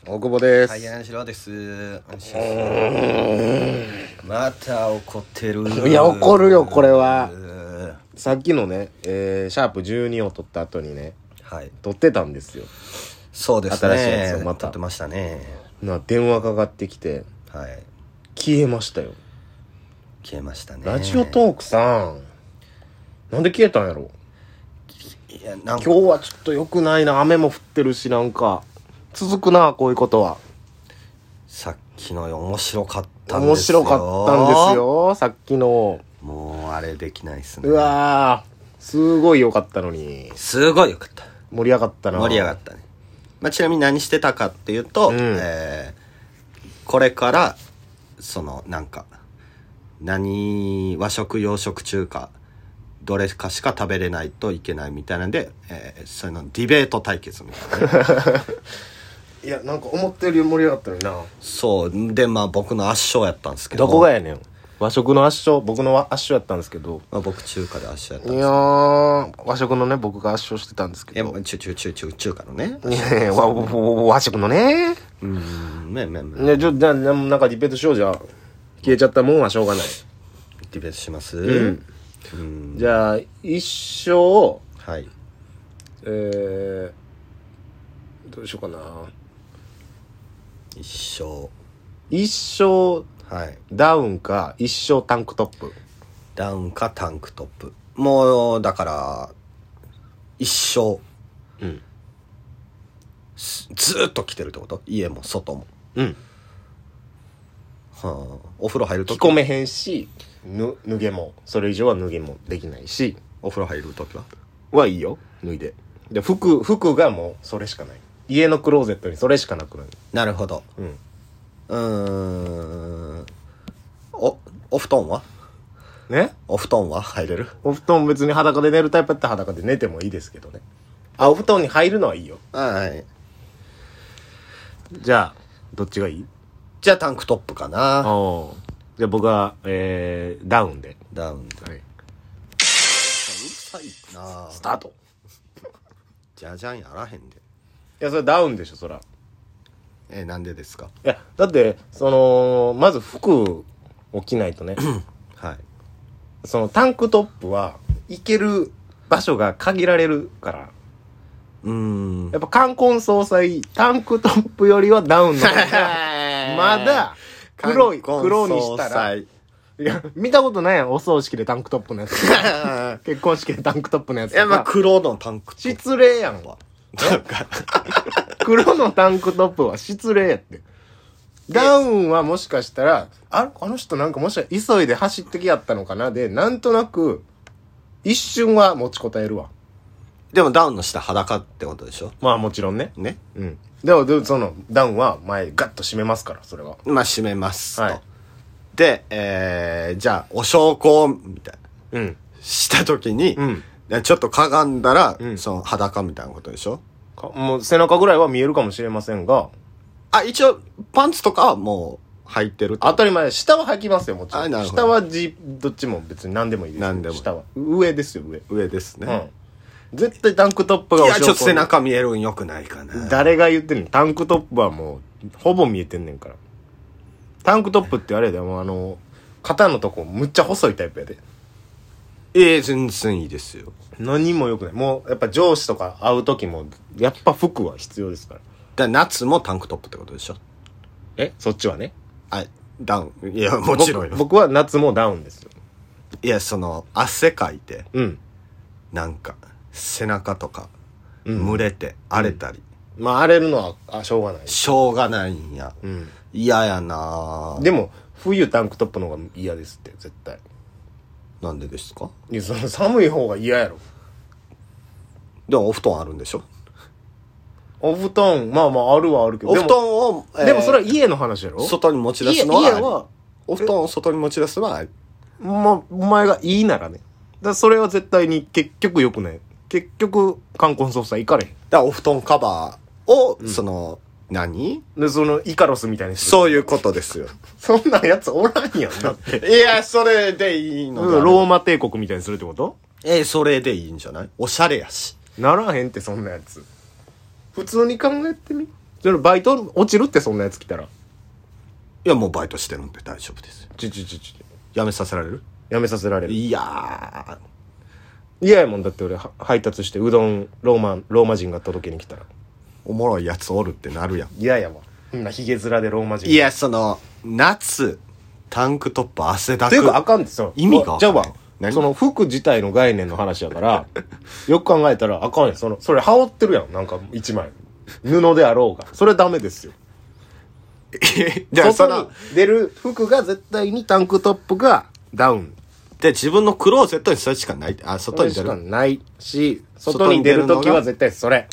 大久保です。 はい、柳城です。また怒ってる。 いや怒るよこれは。さっきのね、シャープ12を撮った後にね、 はい、 撮ってたんですよ。 そうですね。 新しいやつをまた撮ってましたね。 電話かかってきて、 はい、 消えましたよ。 消えましたね。 ラジオトークさん、なんで消えたんやろ。 いや、なんか今日はちょっと良くないな。雨も降ってるし、なんか続くな、こういうことは。 さっきの面白かったんですよ。 面白かったんですよ、さっきの。 もうあれできないっすね。 うわー、すごい良かったのに。 すごいよかった。 盛り上がったな。 盛り上がったね。まあ、ちなみに何してたかっていうと、これからそのなんか和食洋食中華どれかしか食べれないといけないみたいなんで、そのディベート対決みたいな、ね、 いや、なんか思ったより盛り上がったのにな。 そうで、まあ僕の圧勝やったんですけど。 どこがやねん。和食の圧勝、僕の圧勝やったんですけど、 まあ、僕中華で圧勝やったんですけど。 いやー、和食のね、僕が圧勝してたんですけど、 中華のね。 いやいや、和食のね。 ね。 じゃあなんかディベートしよう。じゃあ消えちゃったもんはしょうがない。 ディベートします。 じゃあ一生、 はい。 どうしようかな。 一生はい。 ダウンか一生タンクトップ。 ダウンかタンクトップ。もうだから一生、ずーっと着てるってこと？家も外も。はあ。お風呂入るとき着込めへんし、脱げもそれ以上は脱げもできないし。 お風呂入るときはいいよ、脱いで。で服がもうそれしかない。家のクローゼットにそれしかなくなる。 なるほど。お布団はね。 お布団は入れる？ お布団別に裸で寝るタイプやったら裸で寝てもいいですけどね。お布団に入るのはいいよ。 はい。 じゃあどっちがいい？ じゃあタンクトップかな。 じゃあ僕はダウンで。 ダウンで。 はい。 うるさいな。 スタート。 じゃじゃんやらへんで。 いや、それダウンでしょ、そら。 なんでですか？ いや、だってまず服を着ないとね。 はい。 そのタンクトップは行ける場所が限られるから。やっぱ冠婚葬祭タンクトップよりはダウンの方がまだ黒にしたら。いや、見たことないやん、お葬式でタンクトップのやつ結婚式でタンクトップのやつとか。 いや、まあ黒のタンクトップ失礼やんわ。 なんか黒のタンクトップは失礼やって。ダウンはもしかしたら、あの人なんかもしかしたら急いで走ってきやったのかなで、なんとなく一瞬は持ちこたえるわ。 でもダウンの下裸ってことでしょ？ まあもちろんね。 ね。 でもそのダウンは前ガッと締めますから、それは。 まあ締めますと。 はい。 で、じゃあお焼香みたいな。した時に、ちょっとかがんだら、その裸みたいなことでしょ？ もう背中ぐらいは見えるかもしれませんが。 一応パンツとかはもう履いてる。 当たり前。下は履きますよ、もちろん。 なるほど。 下はどっちも別に何でもいいです。 何でも。 下は。上ですよ、上。 上ですね。 絶対タンクトップがいや、ちょっと背中見えるんよくないかな。 誰が言ってんの？タンクトップはもう、ほぼ見えてんねんから。タンクトップってあれだよ、肩のとこむっちゃ細いタイプやで。 全然いいですよ。 何も良くない。もう、やっぱ上司とか会う時も、やっぱ服は必要ですから。 夏もタンクトップってことでしょ？ そっちはね。 ダウン。いや、もちろんよ。 僕は夏もダウンですよ。 いや、汗かいて、なんか、背中とか、蒸れて、荒れたり。 まあ、荒れるのは、しょうがない。 しょうがないんや。嫌やな。 でも、冬タンクトップの方が嫌ですって、絶対。 なんでですか？ いや、その寒い方が嫌やろ。 でもお布団あるんでしょ？ お布団、まあまああるはあるけど。 お布団を、 でもそれは家の話やろ？ 外に持ち出すのは。 家は、 お布団を外に持ち出すのは、 お前がいいならね。それは絶対に結局良くない。結局、冠婚葬祭行かれへん。 だからお布団カバーを、何？ で、イカロスみたいにする。 そういうことですよ。 そんなやつおらんやん、だって。 いや、それでいいのだ。 ローマ帝国みたいにするってこと？ それでいいんじゃない？おしゃれやし。 ならへんって、そんなやつ。普通に考えてみ。 それバイト落ちるって、そんなやつ来たら。 いや、もうバイトしてるんで大丈夫ですよ。やめさせられる？ やめさせられる。 いや嫌やもん。だって俺配達してうどんローマ人が届けに来たらおもろいやつおるってなるやん。 嫌やわ。そんなヒゲ面でローマ人。 いや、その夏タンクトップ汗だくっていうかあかんですよ。 意味がじゃあわ、 何その服自体の概念の話やからよく考えたらあかんやん。それ羽織ってるやん。なんか一枚布であろうが、それダメですよ。 じゃあ外に出る服が絶対にタンクトップがダウンで、自分のクローゼットにそれしかない。あ、外に出それしかる。 ないし、外に出るときは絶対それ。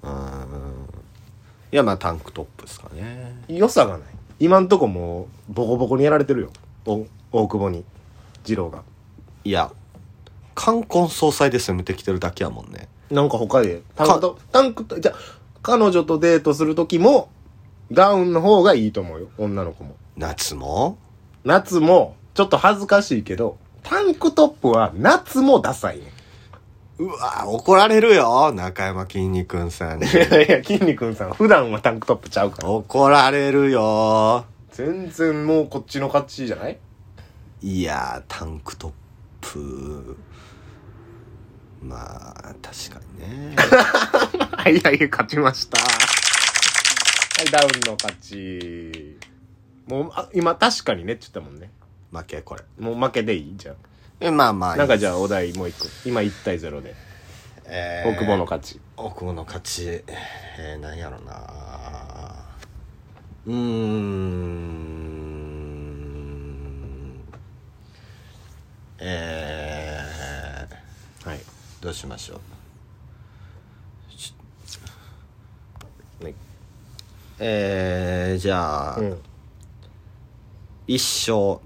いや、まあタンクトップですかね。 良さがない。今んとこもうボコボコにやられてるよ。大久保に二郎が。 いや、冠婚葬祭で攻めてきてるだけやもんね。 なんか他でじゃあ彼女とデートするときもダウンの方がいいと思うよ。女の子も。 夏もちょっと恥ずかしいけど、タンクトップは夏もダサいね。 うわ、怒られるよ、中山きんに君さんに。 いや、きんに君さん普段はタンクトップちゃうから。 怒られるよ。 全然もうこっちの勝ちじゃない？ いや、タンクトップ。まあ、確かにね。 はい、勝ちました。はい、ダウンの勝ち。もう、今確かにねって言ったもんね。 負け、これ。 もう負けでいいじゃん。 まあまあ。 なんかじゃあお題もう一個。今1対0で。大久保の勝ち。 大久保の勝ち。なんやろな。 はい。 どうしましょう。 はい、 じゃあ、一生、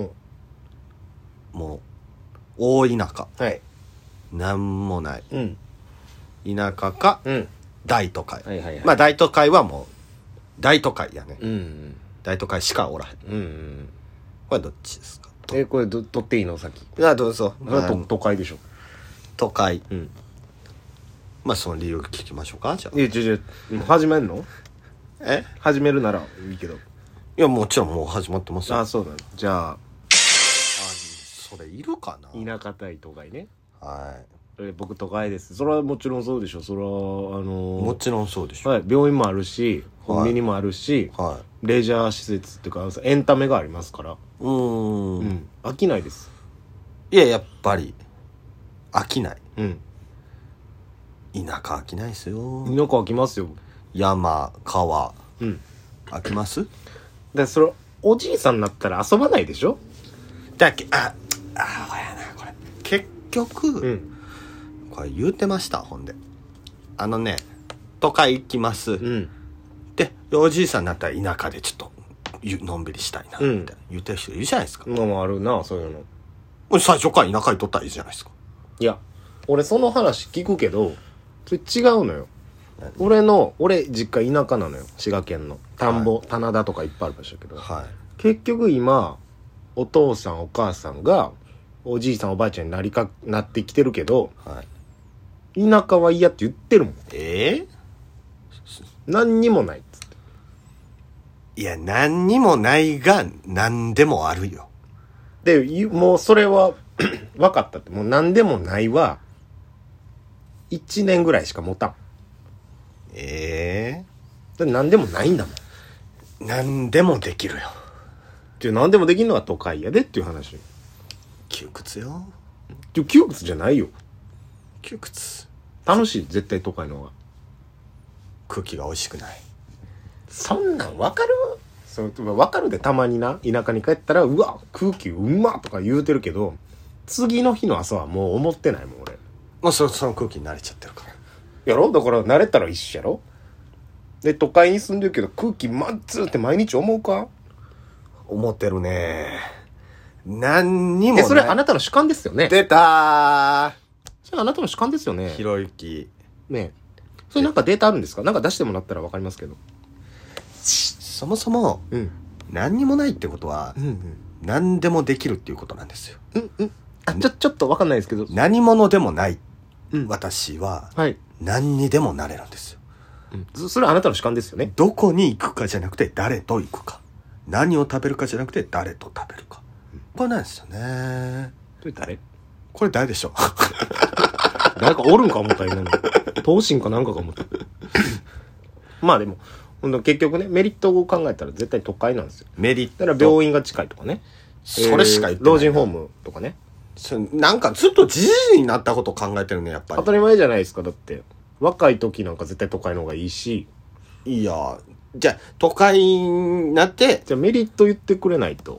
もう大田舎、 はい、 なんもない、田舎か、大都会、まあ大都会はもう大都会やね、大都会しかおらへん、これどっちですか？ これ取っていいの先？ いや、どうぞ。 それは都会でしょ。 都会、まあその理由聞きましょうか。じゃあ、 始めんの？始めるならいいけど。 いや、もちろんもう始まってますよ。 あ、そうなの。じゃあそれいるかな。 田舎対都会ね。 はい。 僕都会です。それはもちろんそうでしょ。それはもちろんそうでしょ。 はい、病院もあるし、コンビニもあるし、レジャー施設っていうかエンタメがありますから。飽きないです。 いや、やっぱり飽きない。田舎飽きないですよ。 田舎飽きますよ。 山川、飽きます？ で、それおじいさんになったら遊ばないでしょ。 だっけ、ほやな、これ結局、これ言うてました。ほんで都会行きます、でおじいさんになったら田舎でちょっとのんびりしたいなみたいな言ってる人いるじゃないですか。 もうあるな、そういうの。最初から田舎にとったらいいじゃないですか。 いや、俺その話聞くけどそれ違うのよ。俺実家田舎なのよ。滋賀県の田んぼ、棚田とかいっぱいある場所だけど、結局今お父さんお母さんがおじいさんおばあちゃんになってきてるけど、田舎は嫌って言ってるもん。何にもないっつって。 いや、何にもないが何でもあるよ。 で、もうそれは分かったって。もう何でもないは1年ぐらいしか持たん。何でもないんだもん。 何でもできるよ。 何でもできるのは都会やでっていう話。 窮屈よ。 窮屈じゃないよ。 窮屈。 楽しい、絶対都会の方が。 空気が美味しくない。 そんなん分かる？分かるで、たまにな、田舎に帰ったら、うわ、空気うまとか言うてるけど、次の日の朝はもう思ってないもん、俺。 もうその空気に慣れちゃってるから。 やろ？だから慣れたら一緒やろ？で、都会に住んでるけど空気まっつーって毎日思うか？ 思ってるね。何にもない。 それあなたの主観ですよね。 出たー。 それあなたの主観ですよね。 ひろゆき。 ねえ。それなんかデータあるんですか？なんか出してもらったらわかりますけど。 そもそも、何にもないってことは、何でもできるっていうことなんですよ。 ちょっとわかんないですけど。 何者でもない、私は、何にでもなれるんですよ。 それはあなたの主観ですよね。 どこに行くかじゃなくて誰と行くか。何を食べるかじゃなくて誰と食べるか。これなんですよね。 それ誰？ これ誰でしょう。 誰かおるんか思った今の。東進かなんかか思った。まあでも、結局ね、メリットを考えたら絶対都会なんですよ。 メリット。 だから病院が近いとかね。 それしか言ってない。 老人ホームとかね。 なんかずっとじじいになったことを考えてるね、やっぱり。 当たり前じゃないですか。だって若い時なんか絶対都会の方がいいし。 いや、じゃあ都会になって、 じゃあメリット言ってくれないと。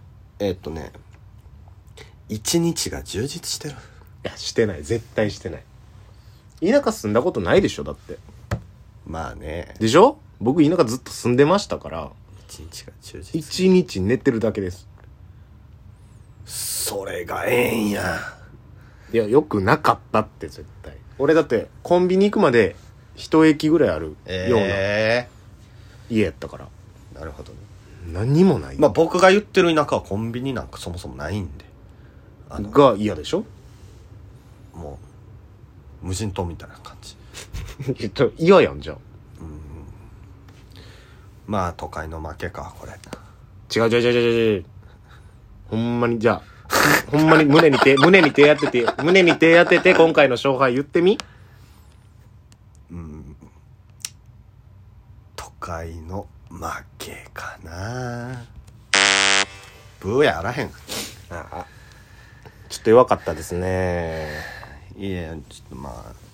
一日が充実してる。 いや、してない。絶対してない。田舎住んだことないでしょ、だって。 まあね。 でしょ？僕田舎ずっと住んでましたから。 一日が充実。 一日寝てるだけです。 それがええんや。 いや、よくなかったって絶対。俺だってコンビニ行くまで一駅ぐらいあるような家やったから。 なるほどね。 何にもない。 まあ僕が言ってる田舎はコンビニなんかそもそもないんで。 が嫌でしょ？ もう無人島みたいな感じ。 嫌やんじゃん。 まあ都会の負けかこれ。 違う。ほんまにじゃあほんまに胸に手当てて今回の勝敗言ってみ。 都会の負けかな。ブーやあらへん。 ああ、ちょっと弱かったですね。 いやちょっとまあ